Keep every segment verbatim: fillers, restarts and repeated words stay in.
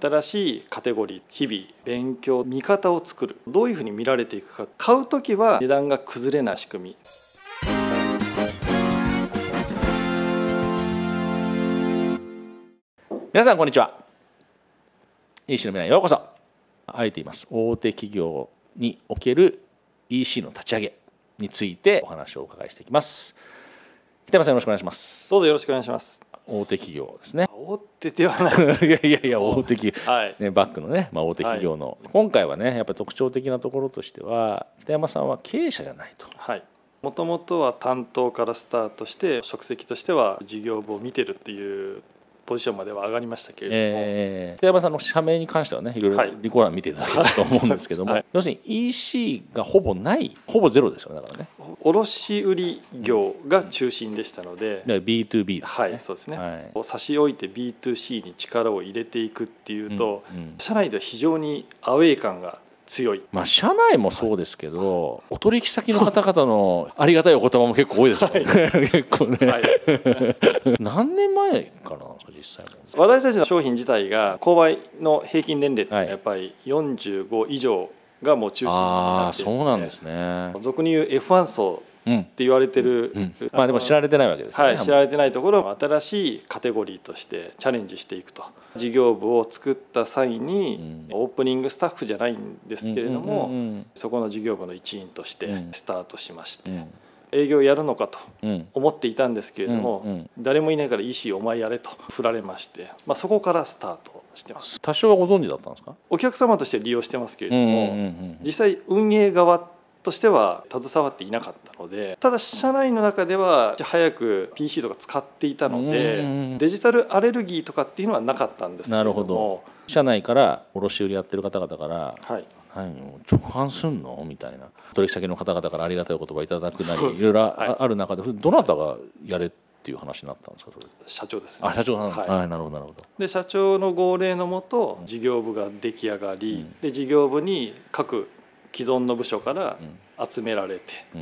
新しいカテゴリー、日々勉強、見方を作る、どういうふうに見られていくか。買うときは値段が崩れない仕組み。 皆さんこんにちは。イーシー の皆さんようこそ。あえて言います、大手企業における イーシー の立ち上げについてお話をお伺いしていきます。北山さんよろしくお願いします。 どうぞよろしくお願いします。 大手企業ですね。 大手ではないいやいやいや大手企業、 はいね、バックのね、まあ、大手企業の、はい、今回はねやっぱり特徴的なところとしては北山さんは経営者じゃないと。 はい。もともとは担当からスタートして職責としては事業部を見てるっていうポジションまでは上がりましたけれども、 えー、北山さんの社名に関してはねいろいろリコーラン見ていただけると思うんですけども、はい、要するに イーシー がほぼないほぼゼロですよね。だからね卸売業が中心でしたので、 だから ビーツービー ですね。 はいそうですね、 はい、 差し置いて ビーツーシー に力を入れていくっていうと、 うんうん、社内では非常にアウェー感が強い。 まあ、社内もそうですけど、はい、お取引先の方々のありがたいお言葉も結構多いですよね、はい、結構ね、はい、ね何年前からなんですか実際も。 私たちの商品自体が購買の平均年齢ってやっぱりよんじゅうご以上がもう中心になっているので、 あ、そうなんですね。 俗に言う エフワン 層って言われてる、 うんうん、まあでも知られてないわけですね。 はい、知られてないところを新しいカテゴリーとしてチャレンジしていくと。事業部を作った際に、うん、オープニングスタッフじゃないんですけれども、うんうんうん、そこの事業部の一員としてスタートしまして、うん、営業やるのかと思っていたんですけれども、うんうん、誰もいないから イーシー お前やれと振られまして、まあ、そこからスタートしてます。 多少はご存知だったんですか？ お客様として利用してますけれども、 うんうんうんうん、 実際運営側としては携わっていなかったので、ただ社内の中では早く ピーシー とか使っていたので、うんうん、デジタルアレルギーとかっていうのはなかったんですけれども。なるほど。 社内から卸売やってる方々から、 はい、 何直販すんのみたいな取引先の方々からありがたいお言葉いただくなりいろいろある中で、どなたがやれっていう話になったんですか？それ社長ですね。 あ、社長さん、 はい、 はい、なるほどなるほど。 で社長の号令のもと事業部が出来上がり、うん、で事業部に各既存の部署から集められて、うん、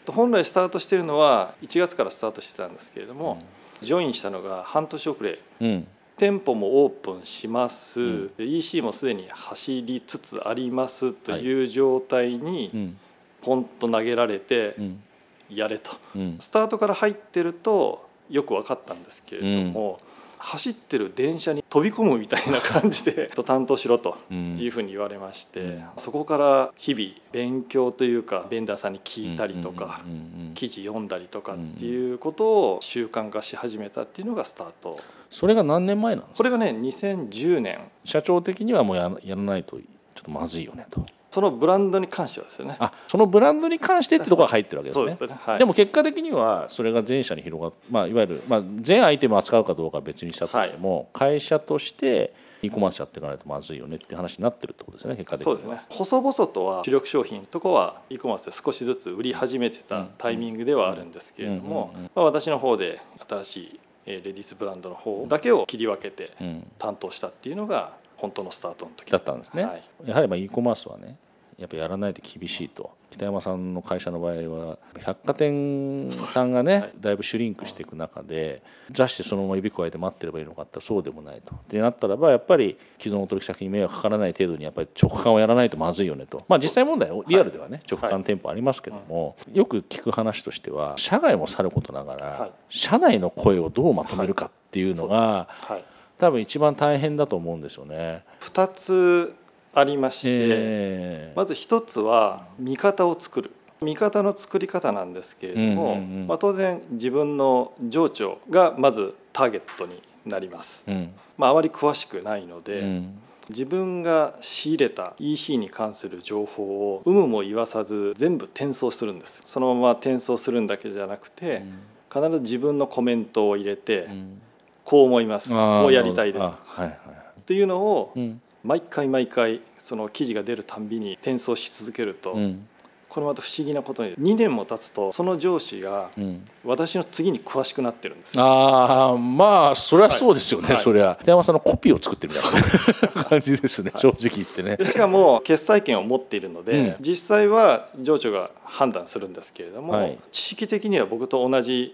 本来スタートしているのはいちがつからスタートしてたんですけれども、うん、ジョインしたのが半年遅れ、うん、店舗もオープンします、うん、イーシー もすでに走りつつありますという状態にポンと投げられてやれと、うん、スタートから入ってるとよく分かったんですけれども、うん、走ってる電車に飛び込むみたいな感じで担当しろというふうに言われまして、うん、そこから日々勉強というかベンダーさんに聞いたりとか記事読んだりとかっていうことを習慣化し始めたっていうのがスタート。 それが何年前なんですか？ それがねにせんじゅうねん。 社長的にはもう や, やらないとちょっとまずいよねと。 そのブランドに関してはですよね。 あ、そのブランドに関してってところが入ってるわけですね。 そうですね、はい、 でも結果的にはそれが全社に広がって、まあ、いわゆる、まあ、全アイテムを扱うかどうかは別にしたとしても、はい、会社として e コマースやっていかないとまずいよねっていう話になってるってことですね。結果的には。 そうですね。細々とは主力商品とかは e コマースで少しずつ売り始めてたタイミングではあるんですけれども、まあ、私の方で新しいレディースブランドの方だけを切り分けて担当したっていうのが本当のスタートの時だったんですね。 はい、 やはりまあ e コマースはねやっぱやらないと厳しいと。北山さんの会社の場合は百貨店さんがね、はい、だいぶシュリンクしていく中で雑誌でそのまま指加えて待ってればいいのかってそうでもないと。ってなったらばやっぱり既存の取引先に迷惑かからない程度にやっぱり直販をやらないとまずいよねと。まあ実際問題リアルではね、はい、直販店舗ありますけども、はい、よく聞く話としては社外もさることながら、はい、社内の声をどうまとめるかっていうのが、はいはい、多分一番大変だと思うんですよね。 ふたつありまして、えー、まず一つは見方を作る。見方の作り方なんですけれども、うんうんうん、まあ、当然自分の上長がまずターゲットになります、うん、まあ、あまり詳しくないので、うん、自分が仕入れた イーシー に関する情報を有無も言わさず全部転送するんです。そのまま転送するんだけじゃなくて、うん、必ず自分のコメントを入れて、うん、こう思います、こうやりたいです、はいはい、っていうのを、うん、毎回毎回その記事が出るたんびに転送し続けると、うん、これまた不思議なことににねんも経つとその上司が私の次に詳しくなってるんです、 うん、ああまあそれはそうですよね、はい、それは北山さんのコピーを作ってるみたいな感じですね、はい、正直言ってね。 でしかも決裁権を持っているので、うん、実際は上長が判断するんですけれども、はい、知識的には僕と同じ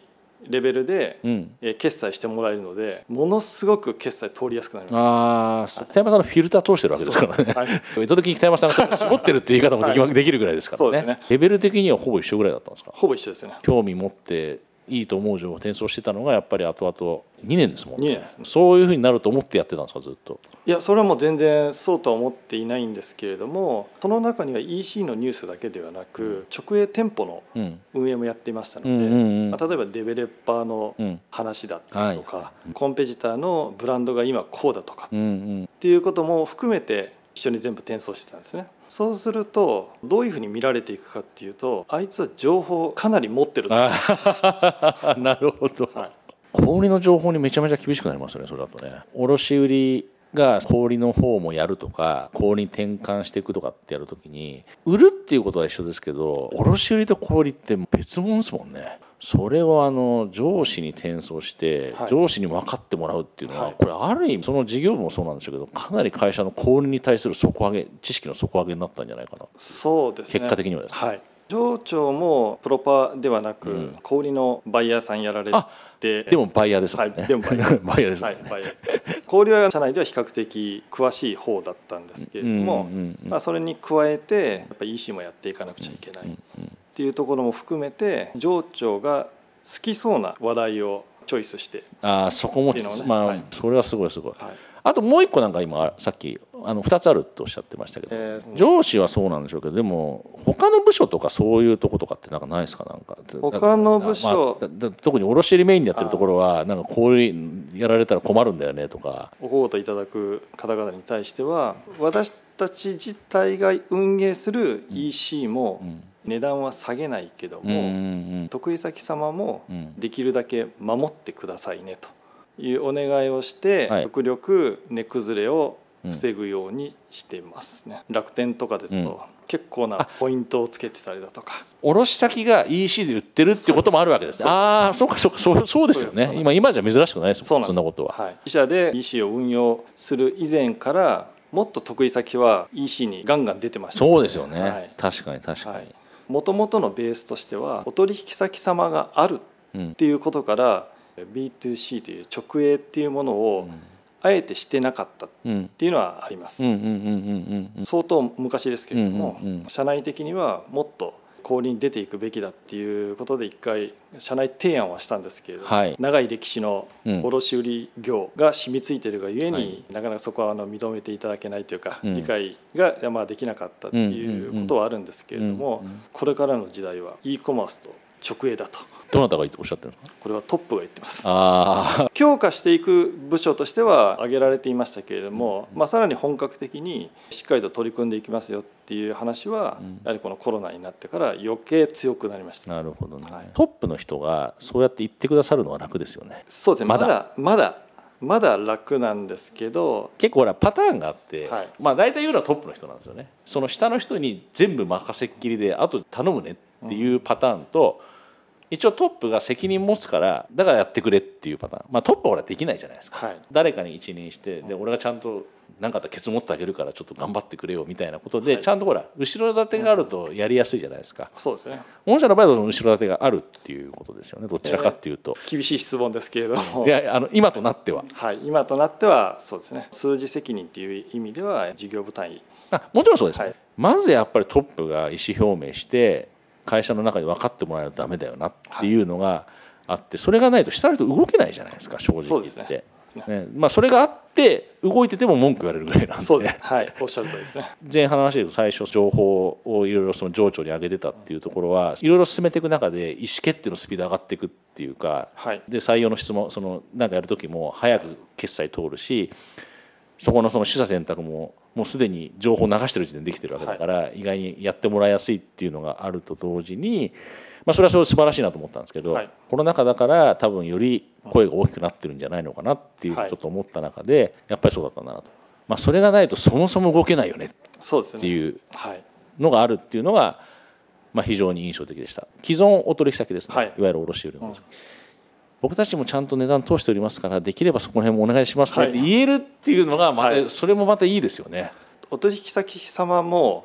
レベルで、 うんえー決済してもらえるのでものすごく決済通りやすくなりまああ、北山さんのフィルター通してるわけですからね。 はい意図的に北山さんがちょっと絞ってるっていう言い方もでき,、 はいできるぐらいですからね。 そうですねレベル的にはほぼ一緒ぐらいだったんですか。 す。ほぼ一緒ですね。 興味持っていいと思う情報を転送してたのがやっぱり後々にねんですもんね。 にねんですね。 そういうふうになると思ってやってたんですかずっと。 いやそれはもう全然そうとは思っていないんですけれども、その中には イーシー のニュースだけではなく直営店舗のうん運営もやっていましたので、 うんうんうんまあ、例えばデベロッパーのうん話だったりとか、 はコンペジターのブランドが今こうだとかうんうんっていうことも含めて一緒に全部転送してたんですね。そうするとどういうふうに見られていくかっていうと、あいつは情報をかなり持ってるぞ、 あーなるほど、 はい小売りの情報にめちゃめちゃ厳しくなりますよねそれだとね。卸売が小売りの方もやるとか小売りに転換していくとかってやるときに売るっていうことは一緒ですけど、卸売と小売って別物ですもんね。それをあの上司に転送してはい上司に分かってもらうっていうのは、 はいこれある意味その事業部もそうなんでしょうけどかなり会社の小売りに対する底上げ知識の底上げになったんじゃないかな。 そうですね。 結果的にはですねはい、上長もプロパではなく、 うん小売りのバイヤーさんやられあて、 でもバイヤーですもんね、 はい、でもバイヤーですバイヤーですもんね、 はい、バイヤーです。小売りは社内では比較的詳しい方だったんですけれども、 うんうんうんまあ、それに加えてやっぱり イーシー もやっていかなくちゃいけないっていうところも含めて上長が好きそうな話題をチョイスして、 ああそこも、 っていうのをねまあ、 はいそれはすごいすごい、 はいあともう一個なんか今さっきあのふたつあるっておっしゃってましたけど、 えー上司はそうなんでしょうけどでも他の部署とかそういうとことかってなんかないですか。なんか他の部署まあだだ特に卸売メインでやってるところはなんかこういうやられたら困るんだよねとか。 お小言いただく方々に対しては、私たち自体が運営する イーシー も値段は下げないけども、 うんうん得意先様もうんできるだけ守ってくださいねというお願いをして、 はい極力値崩れを防ぐようにしてますね。楽天とかですと、 うん結構なポイントをつけてたりだとか、 卸先が イーシー で売ってるってこともあるわけですね。ああそうかそうかそうそうですよそうですね。今今じゃ珍しくないですもんそうなんですそんなことは。 はい、自社で イーシー を運用する以前からもっと得意先は イーシー にガンガン出てました、 そうですよね、 はい確かに確かに、 はいもともとのベースとしてはお取引先様があるうんっていうことから ビーツーシー という直営っていうものをあえてしてなかったっうんていうのはあります、 うんうんうんうんうん相当昔ですけれども、 うんうんうん社内的にはもっと小売りに出ていくべきだっていうことで一回社内提案はしたんですけれども、 はい長い歴史のうん卸売業が染みついているがゆえに、 はいなかなかそこはあの認めていただけないというか、 うん理解がまあできなかったっていうことはあるんですけれども、 うんうんうんこれからの時代は e コマースと直営だと、 どなたがおっしゃってるんですか。 これはトップが言ってます。 ああ強化していく部署としては挙げられていましたけれども、まあ、さらに本格的にしっかりと取り組んでいきますよっていう話は、 うんやはりこのコロナになってから余計強くなりました。 なるほどね、 はいトップの人がそうやって言ってくださるのは楽ですよね。 そうですね、 まだまだまだまだ楽なんですけど、 結構ほらパターンがあって、 はいまあ大体言うのはトップの人なんですよね。その下の人に全部任せっきりであと頼むねっていうパターンと、一応トップが責任持つからだからやってくれっていうパターン、まあ、トップはほらできないじゃないですか、 はい誰かに一任してで俺がちゃんと何かあったらケツ持ってあげるからちょっと頑張ってくれよみたいなことで、 はいちゃんとほら後ろ盾があるとやりやすいじゃないですか。 そうですね、 御社の場合はその後ろ盾があるっていうことですよねどちらかっていうと、 厳しい質問ですけれども、 いやあの今となってははい、今となってはそうですね、数字責任っていう意味では事業部単位、 あもちろんそうです、 はいまずやっぱりトップが意思表明して会社の中で分かってもらえないとダメだよなっていうのがあって、それがないと下の人動けないじゃないですか正直言って。 そうですねねまあ、それがあって動いてても文句言われるぐらいなんで、 そうです、はい、おっしゃるとりですね。 前半の話で最初情報をいろいろその上長に上げてたっていうところはいろいろ進めていく中で意思決定のスピード上がっていくっていうか、 はいで採用の質問そのなんかやる時も早く決済通るしそこのその取捨選択ももうすでに情報を流してる時点でできてるわけだから、意外にやってもらいやすいっていうのがあると同時に、まあ、それはそれ素晴らしいなと思ったんですけど、 はいコロナ禍だから多分より声が大きくなってるんじゃないのかなっていうちはいょっと思った中でやっぱりそうだったんだなと、まあ、それがないとそもそも動けないよねそうですねっていうはいのがあるっていうのが、まあ、非常に印象的でした。既存お取引先ですね、 はいい、わゆる卸売の、うん僕たちもちゃんと値段通しておりますからできればそこら辺もお願いしますねって言えるっていうのがまた、 はいそれもまたいいですよね。 お取引先様も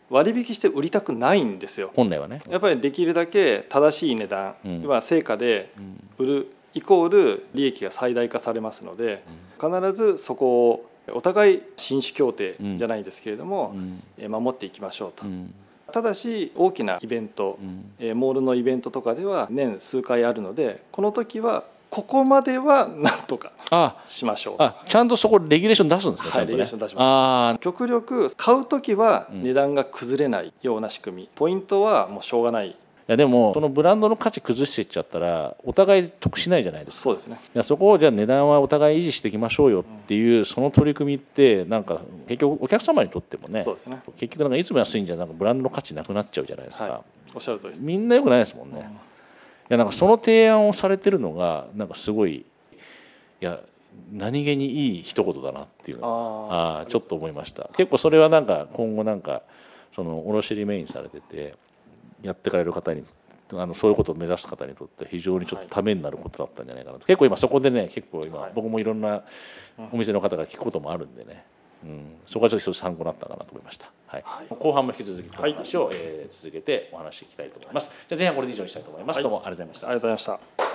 割引して売りたくないんですよ。 本来はね。 やっぱりできるだけ正しい値段、うん、は成果で売るイコール利益が最大化されますので、うん、必ずそこをお互い紳士協定じゃないですけれども、うん、守っていきましょうと。うん、ただし大きなイベント、うん、モールのイベントとかでは年数回あるので、この時はここまではなんとかしましょう。 ああ、ちゃんとそこレギュレーション出すんですね。 はい、レギュレーション出します。極力買う時は値段が崩れないような仕組み、うん、ポイントはもうしょうがない。 いやでもそのブランドの価値崩していっちゃったらお互い得しないじゃないですか。 そうですね。 いやそこをじゃあ値段はお互い維持していきましょうよっていう、うん、その取り組みってなんか結局お客様にとってもね、 そうですね、 結局なんかいつも安いんじゃなんかブランドの価値なくなっちゃうじゃないですか。はい、 おっしゃる通りです。 みんな良くないですもんね。うん、いやなんかその提案をされてるのがなんかすごい、いや何気にいい一言だなっていうのはあちょっと思いました。結構それはなんか今後なんかその卸売メインされててやってかれる方にあのそういうことを目指す方にとって非常にちょっとためになることだったんじゃないかなと。結構今そこでね、結構今僕もいろんなお店の方が聞くこともあるんでね、うん、そこはちょっと一つ参考になったかなと思いました。はいはい、後半も引き続きこの話を、はい、えー、続けてお話していきたいと思います。じゃあ前半これで以上にしたいと思います。はい、どうもありがとうございました。 ありがとうございました。